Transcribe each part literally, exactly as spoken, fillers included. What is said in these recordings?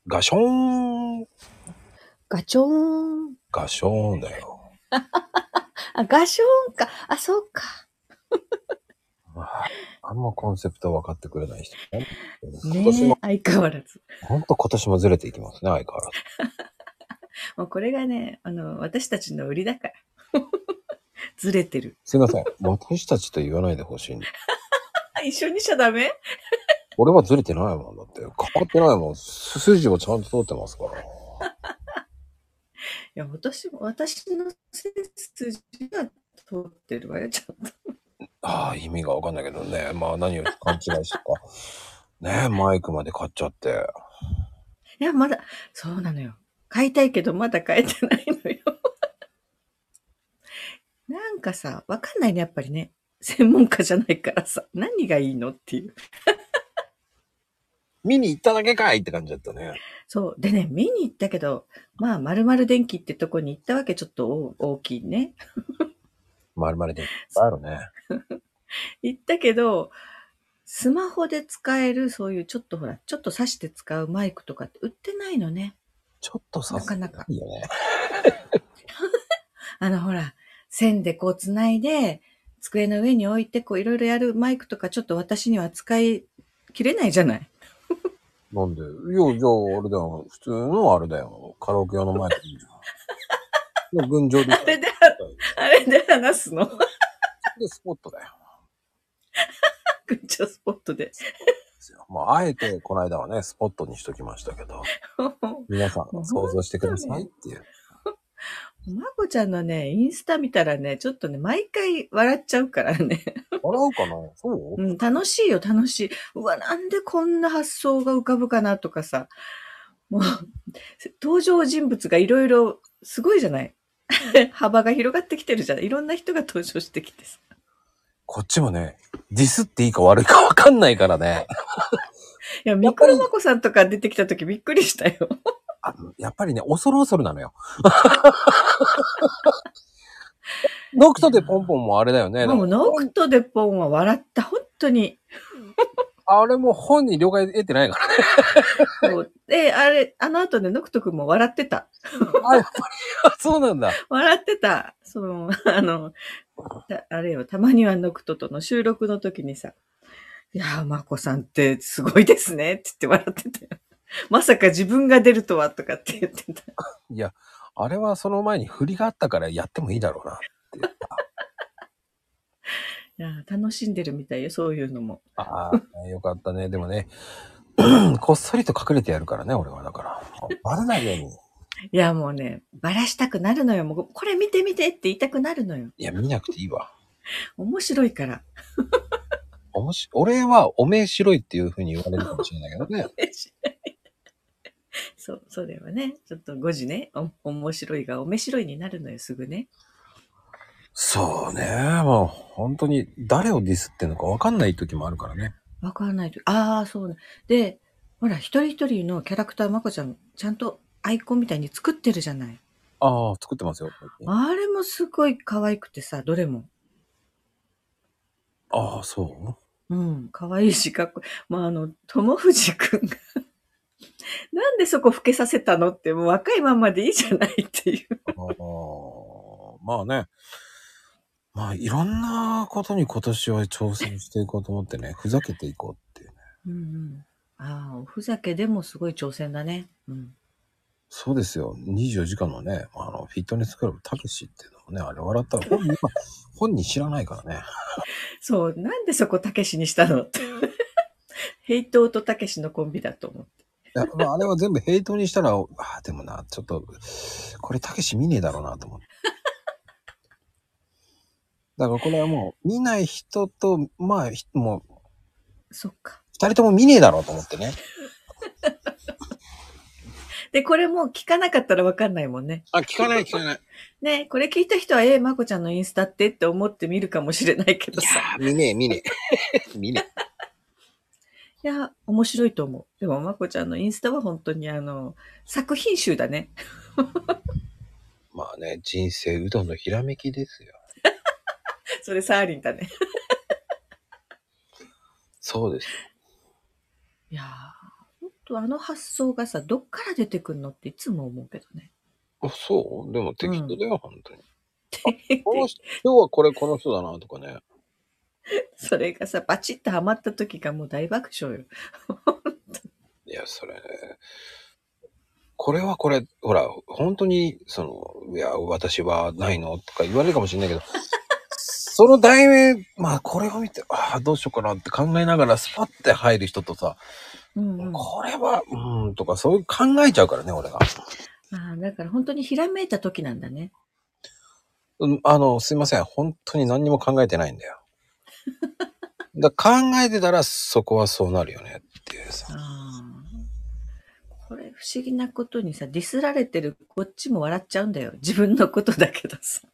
ガショーン。 ガチョーン。 ガショーンだよ。 あ、ガショーンか。あ、そうか。 ああんまコンセプト分かってくれない人。今年も、 ねえ、相変わらず。 ほんと今年もずれていきますね、相変わらず。 もうこれがね、あの、私たちの売りだから。ずれてる。 すいません。私たちと言わないでほしいんで。 あ、一緒にしちゃダメ？い俺はずれてないもんだって。変わってないもん。筋をちゃんと通ってますから。 や、私も、私の背筋が通ってるわよ、ちゃんと。 ああ、意味がわかんないけどね。まあ何を勘違いしたか。ねえ、マイクまで買っちゃって。 いや、まだ、そうなのよ。買いたいけど、まだ買えてないのよ。なんかさ、わかんないね、やっぱりね。専門家じゃないからさ、何がいいのっていう。 見に行っただけかいって感じだったね。 そう。でね、見に行ったけど、まあ、〇〇電機ってとこに行ったわけ、ちょっと大大きいね。 まるまるでいっぱいあるね。 行ったけど、スマホで使える、そういうちょっとほら、ちょっと挿して使うマイクとかって売ってないのね。 ちょっとさすなかなか。 がにいいよね。 あのほら、線でこう繋いで、机の上に置いてこういろいろやるマイクとかちょっと私には使い切れないじゃない。 なんで、いや、じゃあ、あれだよ。普通のあれだよ。カラオケ用のマイクいいじゃん。群青でさ、 あれで、あれで話すの。 で、スポットだよ。 グッチョスポットで。 ですよ。まあ、あえて、この間はね、スポットにしときましたけど、皆さんもう本想像してくださいっ当ね。 ていう。 まこちゃんのね、インスタ見たらね、ちょっとね、毎回笑っちゃうからね。 笑うかなそううん、楽しいよ、楽しい。うわ、なんでこんな発想が浮かぶかなとかさ。もう、登場人物がいろいろすごいじゃない。幅が広がってきてるじゃない。いろんな人が登場してきてさ。 こっちもね、ディスっていいか悪いかわかんないからね。 いや、 やっぱり、 ミクロマコさんとか出てきた時びっくりしたよ。 あやっぱりね、恐る恐るなのよ。ノクいやトでポンポンもあれだよね。 ー、もうノクトでポンは笑った、本当に。 あれも本に了解得てないからね。 そう。で、あれ、あの後ね、ノクト君も笑ってた。 あ、やっぱり、そうなんだ。 笑ってた。その、あの、あれよ、たまにはノクトとの収録の時にさ、いやー、まこさんってすごいですねって言って笑ってたよ。まさか自分が出るとはとかって言ってた。 いや、あれはその前に振りがあったからやってもいいだろうなっていう。 いやー、楽しんでるみたいよ、そういうのも。 ああ、よかったね。でもね、こっそりと隠れてやるからね、俺はだから。バレないように。 いや、もうね、ばらしたくなるのよ。もう、これ見て見てって言いたくなるのよ。 いや、見なくていいわ。 面白いから。 おもし、俺はおめえ白いっていう風に言われるかもしれないけどね。 そう、それはね、ちょっと誤字ね、お、面白いが面白いになるのよ、すぐね。 そうね。もう本当に誰をディスってんのか分かんない時もあるからね。 わかんないと。ああ、そうね。で、ほら、一人一人のキャラクター、まこちゃん、ちゃんとアイコンみたいに作ってるじゃない。 ああ、作ってますよ。 あれもすごい可愛くてさ、どれも。 ああ、そうん、可愛いし、かっこいい。まあ、あの、友藤くんがなんでそこ老けさせたのって、もう若いまんまでいいじゃないっていう。 う。ああ、まあね。まあいろんなことに今年は挑戦していこうと思ってね、ふざけていこうっていうね。 うんうん。ああ、おふざけでもすごい挑戦だね。うん。 そうですよ。にじゅうよじかんのね、あの、フィットネスクラブたけしっていうのもね、あれ笑ったら本人、本人知らないからね。 そう、なんでそこたけしにしたのって。ヘイトーとたけしのコンビだと思って。 いや、まああれは全部ヘイトにしたら、ああ、でもな、ちょっと、これたけし見ねえだろうなと思って。だからこれはもう、見ない人と、まあ、ひもう、 そっか。 二人とも見ねえだろうと思ってね。 で、これも聞かなかったらわかんないもんね。 あ、聞かない聞かない。 ね、これ聞いた人は、えー、まこちゃんのインスタってって思って見るかもしれないけいやどさ。 ー、見ねえ見ねえ。見ねえ。 いや、面白いと思う。でも、まこちゃんのインスタは本当にあの、作品集だね。 まあね、人生うどんのひらめきですよ。 それサーリンだね。 そうですよ。 いやー、 当あの発想がさ、どっから出てくるのっていつも思うけどね。 あ、そうでも適当だよ、本当に。こので人、今日はこれこの人だなとかね。 それがさ、バチッとハマった時がもう大爆笑よ。 いや、それね。これはこれ、ほら、本当に、その、いや、私はないのとか言われるかもしれないけど、その題名、まあ、これを見て、ああ、どうしようかなって考えながら、スパッて入る人とさ、 うんうん。 これは、うーん、とか、そういう考えちゃうからね、俺が。 ああ、だから本当にひらめいた時なんだね。 うん、あの、すいません。本当に何にも考えてないんだよ。だから考えてたら、そこはそうなるよねっていうさ。 ああ。これ不思議なことにさ、ディスられてるこっちも笑っちゃうんだよ。自分のことだけどさ。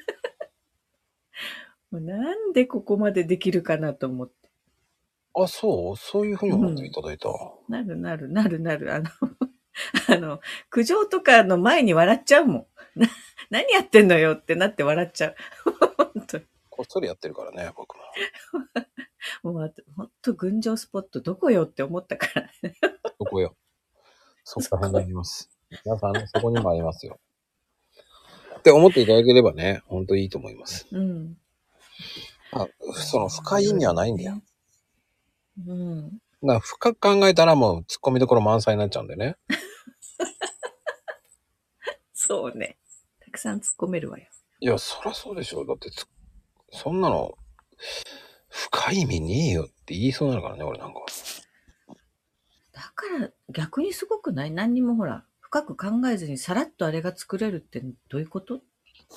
もうなんでここまでできるかなと思って。 あ、そうそういうふうに思っていうん。 ただいた。 なるなるなるなる。あの、あの、苦情とかの前に笑っちゃうもん。な、何やってんのよってなって笑っちゃう。本当に。 こっそりやってるからね、僕も。 もう、ほんと群青スポットどこよって思ったからね。 そこよ。そこら辺にあそこよ。 ります。皆さん、ね、そこにもありますよ。って思っていただければね、ほんといいと思います。 うん。 あ、 いやその深い意味はないんだよ。 ね。うん。 だから深く考えたらもう突っ込みどころ満載になっちゃうんでね。 そうね。たくさん突っ込めるわよ。 いや、そりゃそうでしょ。だってつ、そんなの、深い意味ねえよって言いそうになるからね、俺なんか。 だから逆にすごくない？何にもほら、深く考えずにさらっとあれが作れるってどういうこと？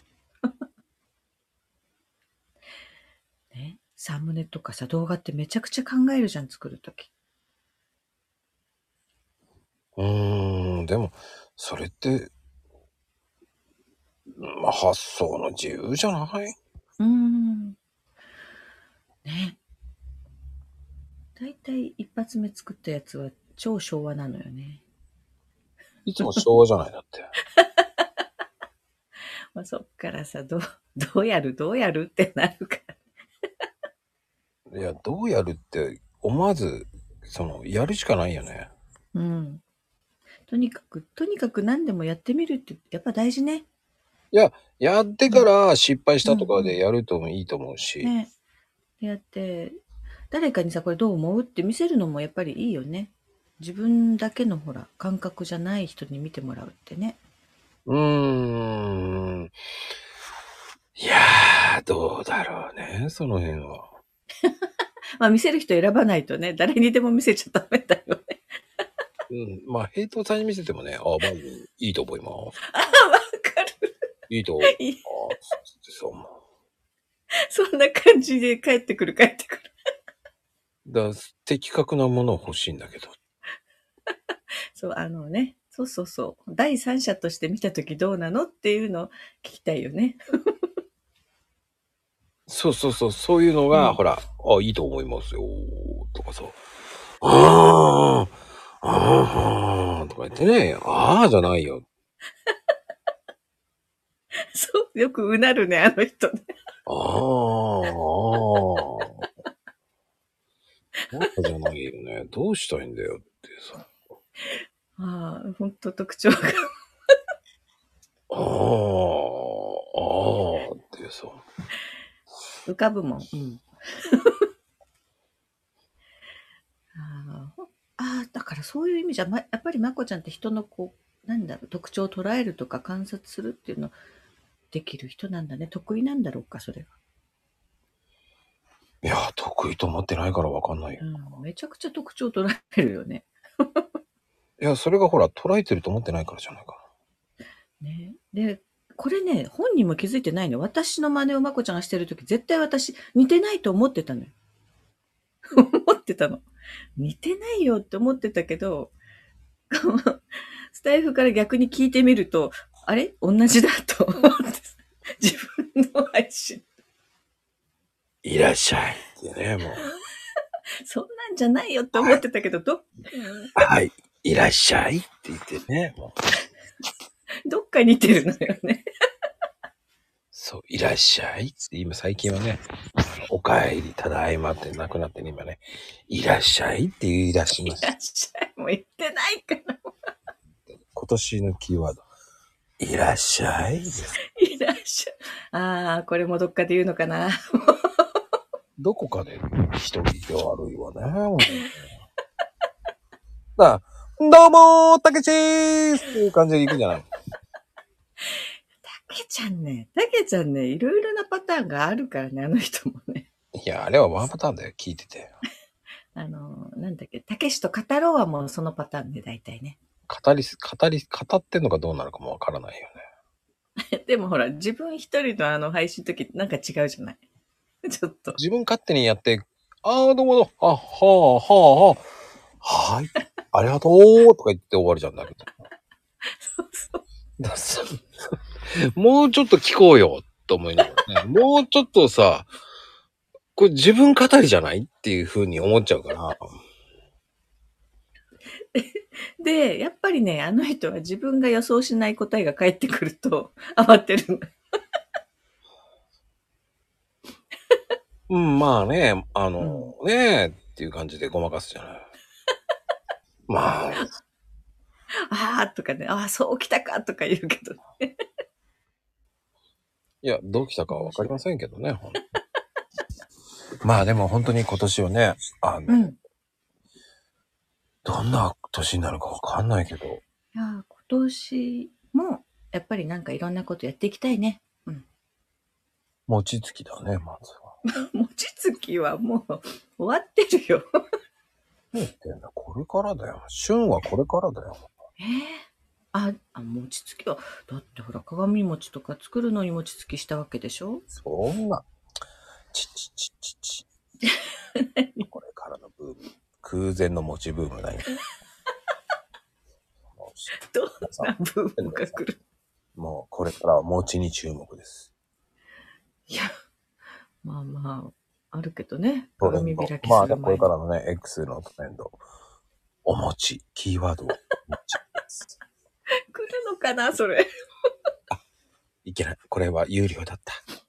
ね。サムネとかさ、動画ってめちゃくちゃ考えるじゃん、作るとき。 うーん、でも、それって、まあ、発想の自由じゃない？ うーん。ね。だいたい一発目作ったやつは超昭和なのよね。 いつも昭和じゃないだって。 まあ、そっからさ、どう、どうやるどうやるってなるから。 いや、どうやるって思わず、その、やるしかないよね。 うん。とにかく、とにかく何でもやってみるってやっぱ大事ね。 いや、やってうん。 から失敗しうんたとかうん。 でやるともいいと思うし。 ね。やって、誰かにさ、これどう思うって見せるのもやっぱりいいよね。自分だけのほら、感覚じゃない人に見てもらうってね。 うーん。いやー、どうだろうね、その辺は。 まあ見せる人選ばないとね、誰にでも見せちゃダメだよね。 うん。まあ、平等さんに見せてもね、あ、まあ、いいと思います。 ああ、わかる。 いいと思いいい。 ます。つってさ、もそんな感じで帰ってくる帰ってくる。 う。だから的確なものを欲しいんだけど。 そう、あのね、そうそうそう。第三者として見たときどうなのっていうのを聞きたいよね。 そうそうそう、そういうのが、 うん。 ほら、あ、いいと思いますよ、とかさ。あー、あー、とか言ってね、あーじゃないよ。 そう、よくうなるね、あの人ね。 あー、あー、あーじゃないよね。どうしたいんだよってさ。 ああ、ほんと特徴が。 あー、あーってさ。 浮かぶもん。うん。ああ、ああ、だからそういう意味じゃ、ま、やっぱりまこちゃんって人のこう、なんだろう、特徴を捉えるとか観察するっていうのできる人なんだね。得意なんだろうか、それが。 いや、得意と思ってないからわかんないよ。 うん、めちゃくちゃ特徴捉えるよね。 いや、それがほら、捉えてると思ってないからじゃないかね。で、これね、本人も気づいてないの。私の真似をまこちゃんがしてるとき、絶対私似てないと思ってたのよ。思ってたの。似てないよって思ってたけど、スタイフから逆に聞いてみると、あれ同じだと思って、自分の配信。 いらっしゃいってね、もう。 そんなんじゃないよって思ってたけど、ど、 はい、いらっしゃいって言ってね、もう。 どっか似てるのよね。 そう、いらっしゃいって今最近はね、お帰り、ただいまってなくなってね、今ね、いらっしゃいって言い出しまいした。 らっしゃい。 もう言ってないから。 今年のキーワード、いらっしゃいです。 いらっしゃい。ああ、これもどっかで言うのかな。 どこかで人聞き悪いわね。だからどうもー、たけちーすっていう感じで行くじゃない。 たけちゃんね、たけちゃんね、いろいろなパターンがあるからね、あの人もね。 いや、あれはワンパターンだよ、聞いてて。 あの、なんだっけ、たけしと語ろうはもうそのパターンで大体ね。 語り、語り、語ってんのかどうなのかもわからないよね。でもほら、自分一人のあの配信の時なんか違うじゃない。ちょっと。 自分勝手にやって、あーどうもどうも、あ、はあ、はあ、はい、ありがとうとか言って終わりじゃんだけど。 そうそう。 ださもうちょっと聞こうよ、と思いながらね。もうちょっとさ、これ自分語りじゃないっていう風に思っちゃうから。 で、やっぱりね、あの人は自分が予想しない答えが返ってくると慌てるんだ。 うん、まあね、あの、 うん、 ねえっていう感じでごまかすじゃない。まあ。 ああとかね、ああ、そうきたかとか言うけどね。 いや、どう来たかはわかりませんけどね、ほんとまあでも本当に今年はね、あの、 うん。 どんな年になるかわかんないけど。 いや、今年も、やっぱりなんかいろんなことやっていきたいね。うん。 餅つきだね、まずは。 餅つきはもう終わってるよ。 何言ってんだ、これからだよ。旬はこれからだよ。 ええあ、あ、餅つきは、だってほら、鏡餅とか作るのに餅つきしたわけでしょ。 そんな、ちちちちち。これからのブーム。空前の餅ブームだよ。 どんなブームが来る。 もうこれからは餅に注目です。 いや、まあまあ、あるけどね。 トレンド。 鏡開きまあね、 する前に。 これからのね、X のトレンド。お餅。キーワードはお餅です。 来るのかな、それ。 あ、いけない。これは有料だった。